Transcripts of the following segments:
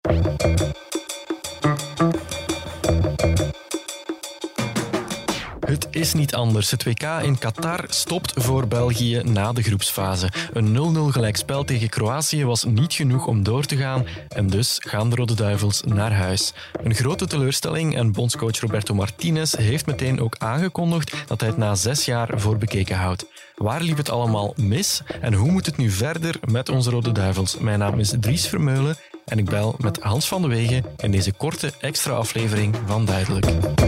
Het is niet anders. Het WK in Qatar stopt voor België na de groepsfase. Een 0-0 gelijkspel tegen Kroatië was niet genoeg om door te gaan en dus gaan de Rode Duivels naar huis. Een grote teleurstelling en bondscoach Roberto Martinez heeft meteen ook aangekondigd dat hij het na 6 jaar voor bekeken houdt. Waar liep het allemaal mis en hoe moet het nu verder met onze Rode Duivels? Mijn naam is Dries Vermeulen en ik bel met Hans van de Wegen in deze korte extra aflevering van Duidelijk.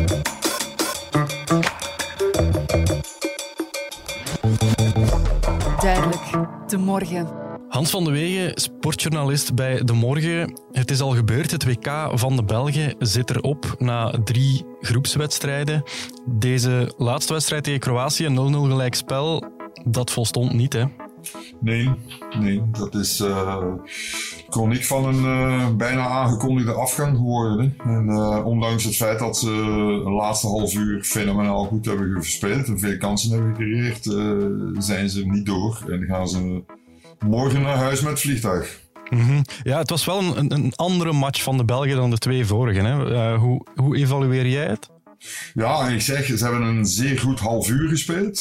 Duidelijk, De Morgen. Hans van de Wegen, sportjournalist bij De Morgen. Het is al gebeurd, het WK van de Belgen zit erop na 3 groepswedstrijden. Deze laatste wedstrijd tegen Kroatië, 0-0 gelijkspel, dat volstond niet, hè? Nee, dat is chroniek van een bijna aangekondigde afgang geworden. Hè. En ondanks het feit dat ze een laatste half uur fenomenaal goed hebben gespeeld en veel kansen hebben gecreëerd, zijn ze niet door en gaan ze morgen naar huis met het vliegtuig. Mm-hmm. Ja, het was wel een andere match van de Belgen dan de 2 vorige. Hè? Hoe evalueer jij het? Ja, ik zeg, ze hebben een zeer goed half uur gespeeld.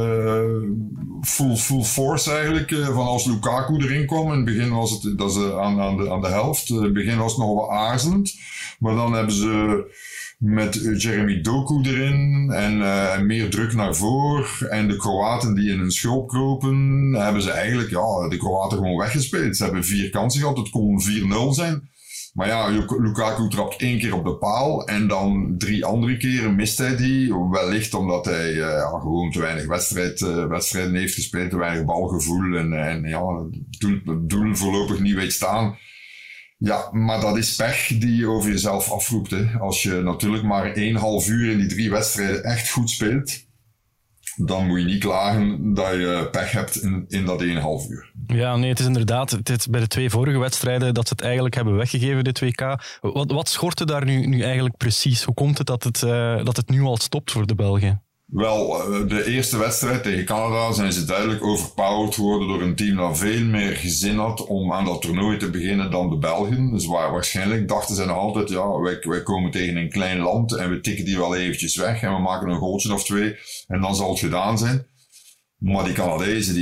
Full force eigenlijk. Van als Lukaku erin kwam. In het begin was het dat ze aan de helft. In het begin was het nog wat aarzelend. Maar dan hebben ze met Jeremy Doku erin en meer druk naar voren. En de Kroaten die in hun schulp kropen, hebben ze eigenlijk de Kroaten gewoon weggespeeld. Ze hebben 4 kansen gehad. Het kon 4-0 zijn. Maar ja, Lukaku trapt 1 keer op de paal en dan 3 andere keren mist hij die. Wellicht omdat hij gewoon te weinig wedstrijden heeft gespeeld, te weinig balgevoel en het doel voorlopig niet weet staan. Ja, maar dat is pech die je over jezelf afroept. Hè. Als je natuurlijk maar 1,5 uur in die 3 wedstrijden echt goed speelt, dan moet je niet klagen dat je pech hebt in dat 1,5 uur. Ja, nee, het is inderdaad bij de 2 vorige wedstrijden dat ze het eigenlijk hebben weggegeven, dit WK. Wat schortte daar nu eigenlijk precies? Hoe komt het dat het nu al stopt voor de Belgen? Wel, de eerste wedstrijd tegen Canada zijn ze duidelijk overpowered geworden door een team dat veel meer gezin had om aan dat toernooi te beginnen dan de Belgen. Dus waarschijnlijk dachten ze nog altijd, wij komen tegen een klein land en we tikken die wel eventjes weg en we maken een goaltje of 2 en dan zal het gedaan zijn. Maar die Canadezen,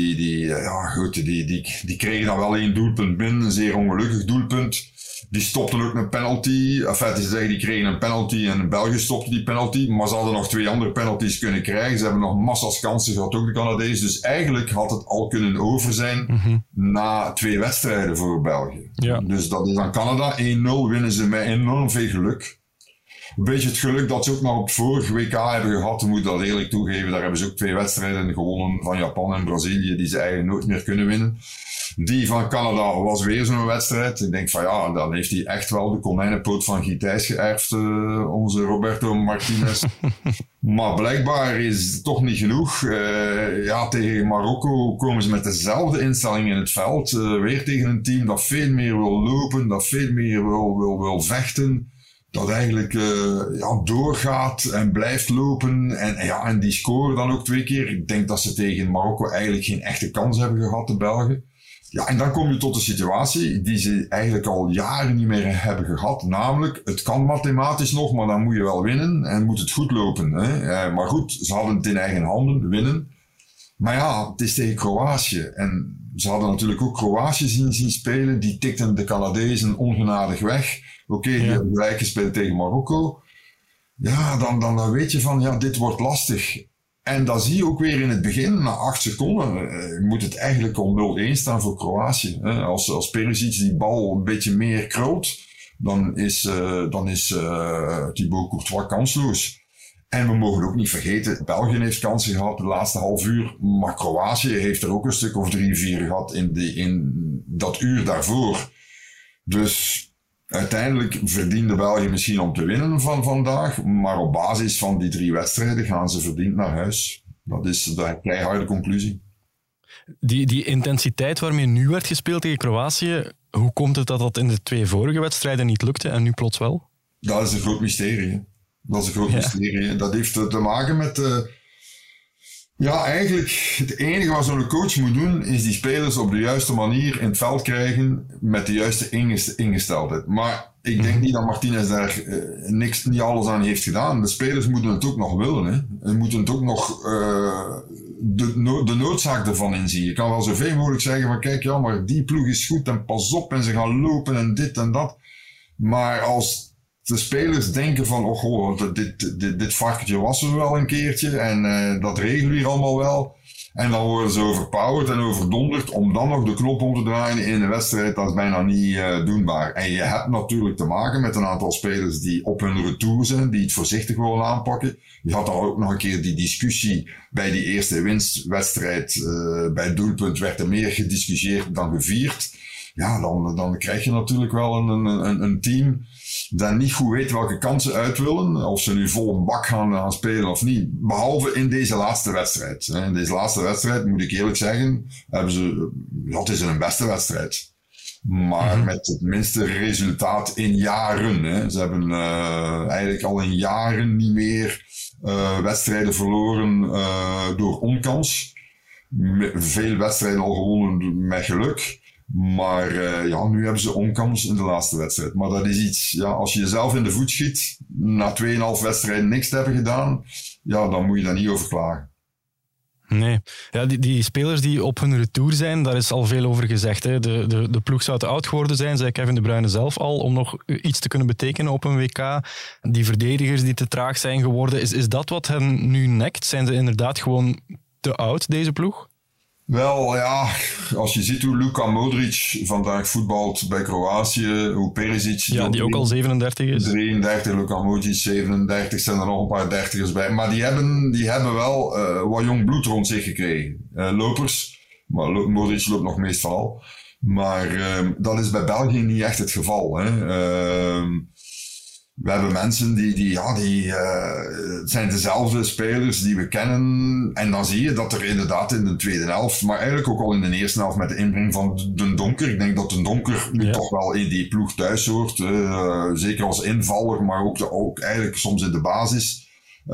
die kregen dan wel 1 doelpunt binnen, een zeer ongelukkig doelpunt. Die stopten ook een penalty. Die kregen een penalty en België stopte die penalty. Maar ze hadden nog 2 andere penalties kunnen krijgen. Ze hebben nog massas kansen gehad, ook de Canadezen. Dus eigenlijk had het al kunnen over zijn na 2 wedstrijden voor België. Ja. Dus dat is aan Canada. 1-0 winnen ze met enorm veel geluk. Een beetje het geluk dat ze ook maar op het vorige WK hebben gehad. We moeten dat eerlijk toegeven. Daar hebben ze ook 2 wedstrijden gewonnen van Japan en Brazilië die ze eigenlijk nooit meer kunnen winnen. Die van Canada was weer zo'n wedstrijd. Ik denk van dan heeft hij echt wel de konijnenpoot van Guy Thijs geërfd, onze Roberto Martinez. Maar blijkbaar is het toch niet genoeg. Tegen Marokko komen ze met dezelfde instelling in het veld. Weer tegen een team dat veel meer wil lopen, dat veel meer wil vechten. Dat eigenlijk doorgaat en blijft lopen. En die scoren dan ook 2 keer. Ik denk dat ze tegen Marokko eigenlijk geen echte kans hebben gehad, de Belgen. Ja, en dan kom je tot een situatie die ze eigenlijk al jaren niet meer hebben gehad. Namelijk, het kan mathematisch nog, maar dan moet je wel winnen en moet het goed lopen. Hè? Maar goed, ze hadden het in eigen handen, winnen. Maar het is tegen Kroatië. En ze hadden natuurlijk ook Kroatië zien spelen. Die tikten de Canadezen ongenadig weg. Oké, die hebben gelijk gespeeld tegen Marokko. Ja, dan weet je van, dit wordt lastig. En dan zie je ook weer in het begin, na 8 seconden, moet het eigenlijk om 0-1 staan voor Kroatië. Als Perisic die bal een beetje meer krult, dan is Thibaut Courtois kansloos. En we mogen ook niet vergeten, België heeft kansen gehad de laatste half uur, maar Kroatië heeft er ook een stuk of 3-4 gehad in dat uur daarvoor. Dus uiteindelijk verdiende België misschien om te winnen van vandaag, maar op basis van die 3 wedstrijden gaan ze verdiend naar huis. Dat is de keiharde conclusie. Die intensiteit waarmee nu werd gespeeld tegen Kroatië, hoe komt het dat in de 2 vorige wedstrijden niet lukte en nu plots wel? Dat is een groot mysterie. Dat heeft te maken met Ja, eigenlijk het enige wat zo'n coach moet doen, is die spelers op de juiste manier in het veld krijgen met de juiste ingesteldheid. Maar ik denk niet dat Martinez daar niet alles aan heeft gedaan. De spelers moeten het ook nog willen. Hè. Ze moeten het ook nog de noodzaak ervan inzien. Je kan wel zoveel mogelijk zeggen van kijk, ja, maar die ploeg is goed en pas op en ze gaan lopen en dit en dat. Maar als de spelers denken van, oh goh, dit varkentje was er wel een keertje en dat regelen we hier allemaal wel. En dan worden ze overpowered en overdonderd om dan nog de knop om te draaien in een wedstrijd, dat is bijna niet doenbaar. En je hebt natuurlijk te maken met een aantal spelers die op hun retour zijn, die het voorzichtig willen aanpakken. Je had dan ook nog een keer die discussie bij die eerste winstwedstrijd, bij het doelpunt werd er meer gediscussieerd dan gevierd. Ja, dan krijg je natuurlijk wel een team dat niet goed weet welke kansen uit willen. Of ze nu vol een bak gaan spelen of niet. Behalve in deze laatste wedstrijd. In deze laatste wedstrijd, moet ik eerlijk zeggen, dat is een beste wedstrijd. Maar met het minste resultaat in jaren. Hè. Ze hebben eigenlijk al in jaren niet meer wedstrijden verloren door onkans. Veel wedstrijden al gewonnen met geluk. Maar nu hebben ze onkans in de laatste wedstrijd. Maar dat is iets, ja, als je jezelf in de voet schiet, na 2,5 wedstrijden niks te hebben gedaan, ja, dan moet je daar niet over klagen. Nee. Ja, die spelers die op hun retour zijn, daar is al veel over gezegd. Hè. De ploeg zou te oud geworden zijn, zei Kevin De Bruyne zelf al, om nog iets te kunnen betekenen op een WK. Die verdedigers die te traag zijn geworden, is dat wat hen nu nekt? Zijn ze inderdaad gewoon te oud, deze ploeg? Wel, ja, als je ziet hoe Luka Modric vandaag voetbalt bij Kroatië, hoe Perisic... Ja, die ook al 37 is. 33, Luka Modric 37, zijn er nog een paar dertigers bij. Maar die hebben wel wat jong bloed rond zich gekregen. Lopers, maar Modric loopt nog meestal. Maar dat is bij België niet echt het geval. Hè. We hebben mensen het zijn dezelfde spelers die we kennen. En dan zie je dat er inderdaad in de tweede helft, maar eigenlijk ook al in de eerste helft met de inbreng van Den Donker. Ik denk dat Den Donker nu toch wel in die ploeg thuis hoort. Zeker als invaller, maar ook eigenlijk soms in de basis.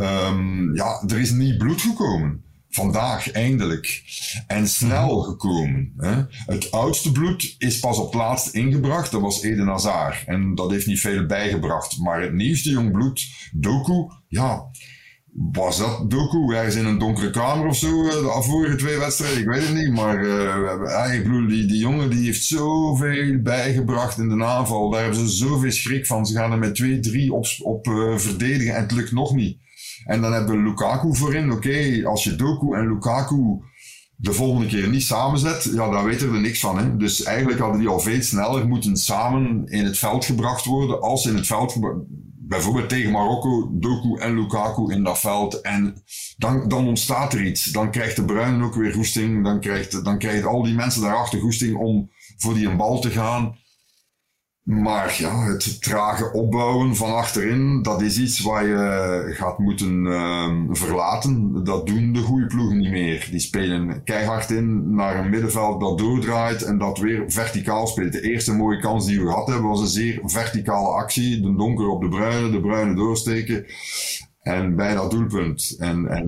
Er is niet bloed gekomen. Vandaag eindelijk. En snel gekomen. Hè. Het oudste bloed is pas op het laatst ingebracht. Dat was Eden Hazard. En dat heeft niet veel bijgebracht. Maar het nieuwste jong bloed, Doku, ja, was dat Doku ergens in een donkere kamer of zo? De vorige 2 wedstrijden, ik weet het niet. Maar ik bedoel, die jongen die heeft zoveel bijgebracht in de aanval. Daar hebben ze zoveel schrik van. Ze gaan er met 2-3 op verdedigen en het lukt nog niet. En dan hebben we Lukaku voorin. Oké, als je Doku en Lukaku de volgende keer niet samenzet, ja, dan weten we er niks van. Hè. Dus eigenlijk hadden die al veel sneller moeten samen in het veld gebracht worden. Als in het veld, bijvoorbeeld tegen Marokko, Doku en Lukaku in dat veld. En dan ontstaat er iets. Dan krijgt De Bruyne ook weer goesting. Dan krijgt al die mensen daarachter goesting om voor die een bal te gaan. Maar ja, het trage opbouwen van achterin, dat is iets waar je gaat moeten verlaten. Dat doen de goede ploegen niet meer. Die spelen keihard in naar een middenveld dat doordraait en dat weer verticaal speelt. De eerste mooie kans die we gehad hebben was een zeer verticale actie. De Donker op De Bruyne doorsteken en bij dat doelpunt.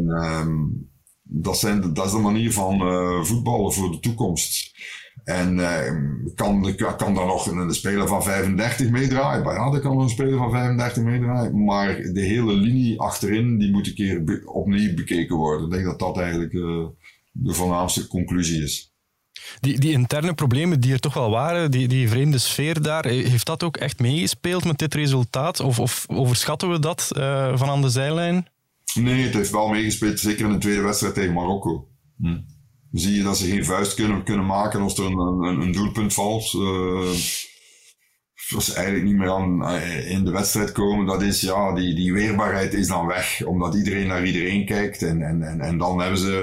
Dat is de manier van voetballen voor de toekomst. En kan daar nog een speler van 35 meedraaien? Ja, er kan nog een speler van 35 meedraaien. Maar de hele linie achterin, die moet een keer opnieuw bekeken worden. Ik denk dat dat eigenlijk de voornaamste conclusie is. Die interne problemen die er toch wel waren, die vreemde sfeer daar, heeft dat ook echt meegespeeld met dit resultaat? Of overschatten we dat van aan de zijlijn? Nee, het heeft wel meegespeeld, zeker in de tweede wedstrijd tegen Marokko. Zie je dat ze geen vuist kunnen maken als er een doelpunt valt. Als ze eigenlijk niet meer in de wedstrijd komen, dat is, ja, die weerbaarheid is dan weg. Omdat iedereen naar iedereen kijkt. En dan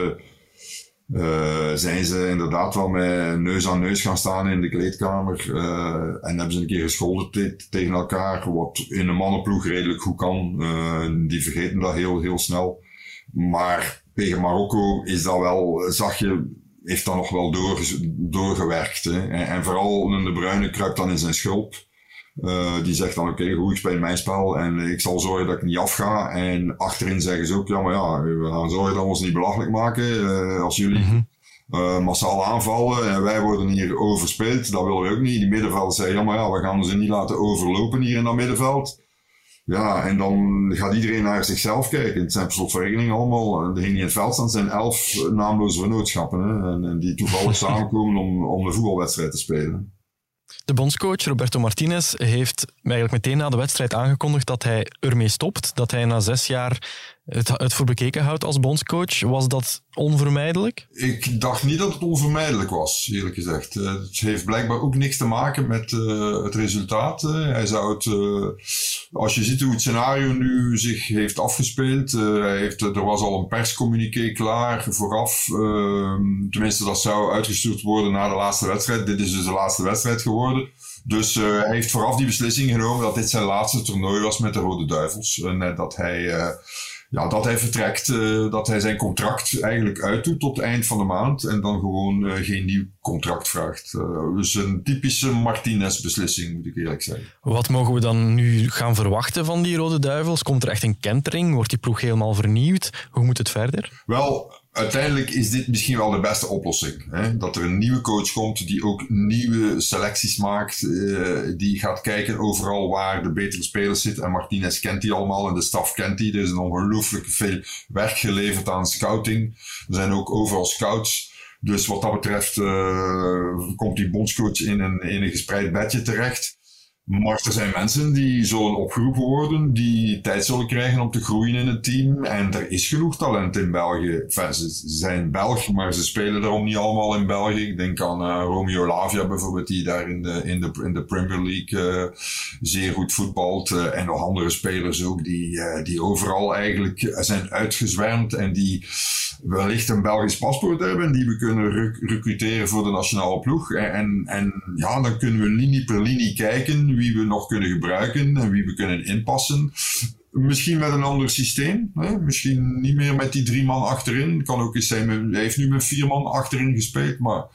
zijn ze inderdaad wel met neus aan neus gaan staan in de kleedkamer. En hebben ze een keer gescholden tegen elkaar. Wat in een mannenploeg redelijk goed kan. Die vergeten dat heel, heel snel. Maar tegen Marokko is dat wel, heeft dat nog wel doorgewerkt. Hè. En vooral De Bruyne kruipt dan in zijn schulp. Die zegt dan, oké, goed, ik speel mijn spel en ik zal zorgen dat ik niet afga. En achterin zeggen ze ook, ja, maar ja, we gaan zorgen dat we ons niet belachelijk maken. Als jullie massaal aanvallen en wij worden hier overspeeld, dat willen we ook niet. Die middenveld zeggen, ja, maar ja, we gaan ze niet laten overlopen hier in dat middenveld. Ja, en dan gaat iedereen naar zichzelf kijken. Het zijn per slotverrekening allemaal, degenen die in het veld staan, zijn 11 naamloze vennootschappen. Hè? En die toevallig samenkomen om de voetbalwedstrijd te spelen. De bondscoach Roberto Martinez heeft eigenlijk meteen na de wedstrijd aangekondigd dat hij ermee stopt. Dat hij na 6 jaar het voor bekeken houdt als bondscoach. Was dat onvermijdelijk? Ik dacht niet dat het onvermijdelijk was, eerlijk gezegd. Het heeft blijkbaar ook niks te maken met het resultaat. Hij zou het, als je ziet hoe het scenario nu zich heeft afgespeeld, er was al een perscommuniqué klaar vooraf. Tenminste, dat zou uitgestuurd worden na de laatste wedstrijd. Dit is dus de laatste wedstrijd geworden. Dus hij heeft vooraf die beslissing genomen dat dit zijn laatste toernooi was met de Rode Duivels. En dat hij vertrekt, dat hij zijn contract eigenlijk uitdoet tot het eind van de maand en dan gewoon geen nieuw contract vraagt. Dus een typische Martinez-beslissing, moet ik eerlijk zeggen. Wat mogen we dan nu gaan verwachten van die Rode Duivels? Komt er echt een kentering? Wordt die ploeg helemaal vernieuwd? Hoe moet het verder? Wel, uiteindelijk is dit misschien wel de beste oplossing. Hè? Dat er een nieuwe coach komt die ook nieuwe selecties maakt. Die gaat kijken overal waar de betere spelers zitten. En Martinez kent die allemaal en de staf kent die. Er is ongelooflijk veel werk geleverd aan scouting. Er zijn ook overal scouts. Dus wat dat betreft komt die bondscoach in een gespreid bedje terecht. Maar er zijn mensen die zullen opgeroepen worden, die tijd zullen krijgen om te groeien in het team. En er is genoeg talent in België. Enfin, ze zijn Belg, maar ze spelen daarom niet allemaal in België. Ik denk aan Romeo Lavia bijvoorbeeld, die daar in de Premier League zeer goed voetbalt. En nog andere spelers ook, die overal eigenlijk zijn uitgezwermd en die wellicht een Belgisch paspoort hebben, die we kunnen recruteren voor de nationale ploeg. En ja, dan kunnen we linie per linie kijken wie we nog kunnen gebruiken en wie we kunnen inpassen. Misschien met een ander systeem. Hè? Misschien niet meer met die 3 man achterin. Het kan ook eens zijn, hij heeft nu met 4 man achterin gespeeld, maar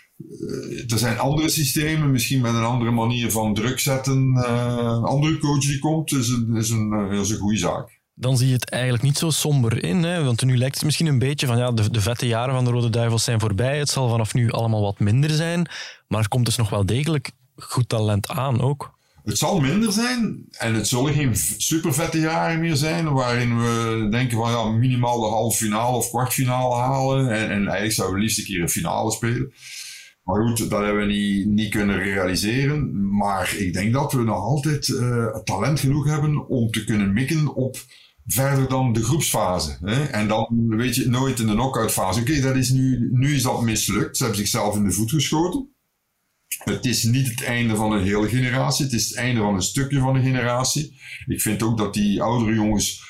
er zijn andere systemen, misschien met een andere manier van druk zetten. Een andere coach die komt, is een goede zaak. Dan zie je het eigenlijk niet zo somber in, hè? Want nu lijkt het misschien een beetje van ja, de vette jaren van de Rode Duivels zijn voorbij. Het zal vanaf nu allemaal wat minder zijn, maar er komt dus nog wel degelijk goed talent aan ook. Het zal minder zijn en het zullen geen super vette jaren meer zijn waarin we denken van ja, minimaal de halve finale of kwartfinale halen en eigenlijk zouden we liefst een keer een finale spelen. Maar goed, dat hebben we niet kunnen realiseren. Maar ik denk dat we nog altijd talent genoeg hebben om te kunnen mikken op verder dan de groepsfase. Hè? En dan weet je nooit in de knock-out fase. Oké, dat is nu is dat mislukt. Ze hebben zichzelf in de voet geschoten. Het is niet het einde van een hele generatie. Het is het einde van een stukje van een generatie. Ik vind ook dat die oudere jongens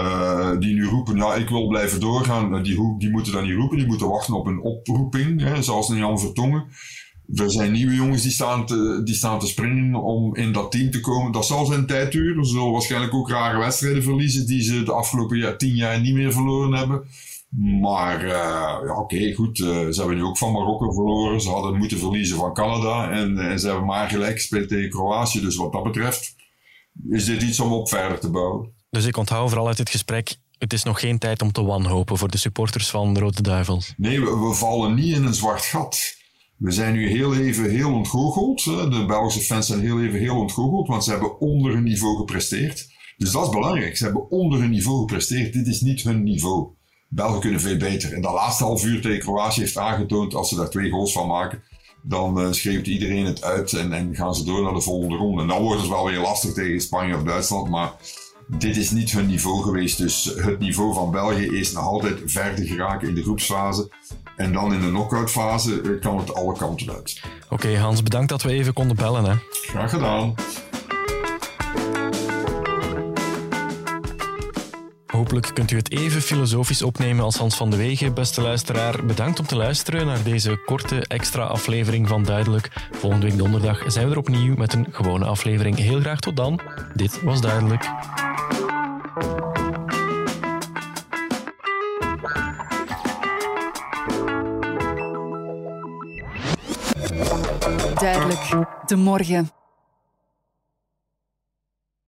die nu roepen, ja, ik wil blijven doorgaan, die moeten dan niet roepen. Die moeten wachten op een oproeping, hè, zoals een Jan Vertongen. Er zijn nieuwe jongens die staan te springen om in dat team te komen. Dat zal zijn tijd duren. Ze zullen waarschijnlijk ook rare wedstrijden verliezen die ze de afgelopen 10 jaar niet meer verloren hebben. Maar ja, oké, goed. Ze hebben nu ook van Marokko verloren. Ze hadden moeten verliezen van Canada. En ze hebben maar gelijk gespeeld tegen Kroatië. Dus wat dat betreft is dit iets om op verder te bouwen. Dus ik onthoud vooral uit dit gesprek, het is nog geen tijd om te wanhopen voor de supporters van de Rode Duivels. Nee, we vallen niet in een zwart gat. We zijn nu heel even heel ontgoocheld. De Belgische fans zijn heel even heel ontgoocheld, want ze hebben onder hun niveau gepresteerd. Dus dat is belangrijk. Ze hebben onder hun niveau gepresteerd. Dit is niet hun niveau. Belgen kunnen veel beter. En dat laatste half uur tegen Kroatië heeft aangetoond, als ze daar 2 goals van maken, dan schreeuwt iedereen het uit en gaan ze door naar de volgende ronde. En dan wordt het wel weer lastig tegen Spanje of Duitsland, maar dit is niet hun niveau geweest. Dus het niveau van België is nog altijd verder geraken in de groepsfase. En dan in de knock-out fase kan het alle kanten uit. Oké, Hans, bedankt dat we even konden bellen. Hè. Graag gedaan. Hopelijk kunt u het even filosofisch opnemen als Hans van de Wegen, beste luisteraar. Bedankt om te luisteren naar deze korte extra aflevering van Duidelijk. Volgende week donderdag zijn we er opnieuw met een gewone aflevering. Heel graag tot dan. Dit was Duidelijk. Duidelijk, de morgen.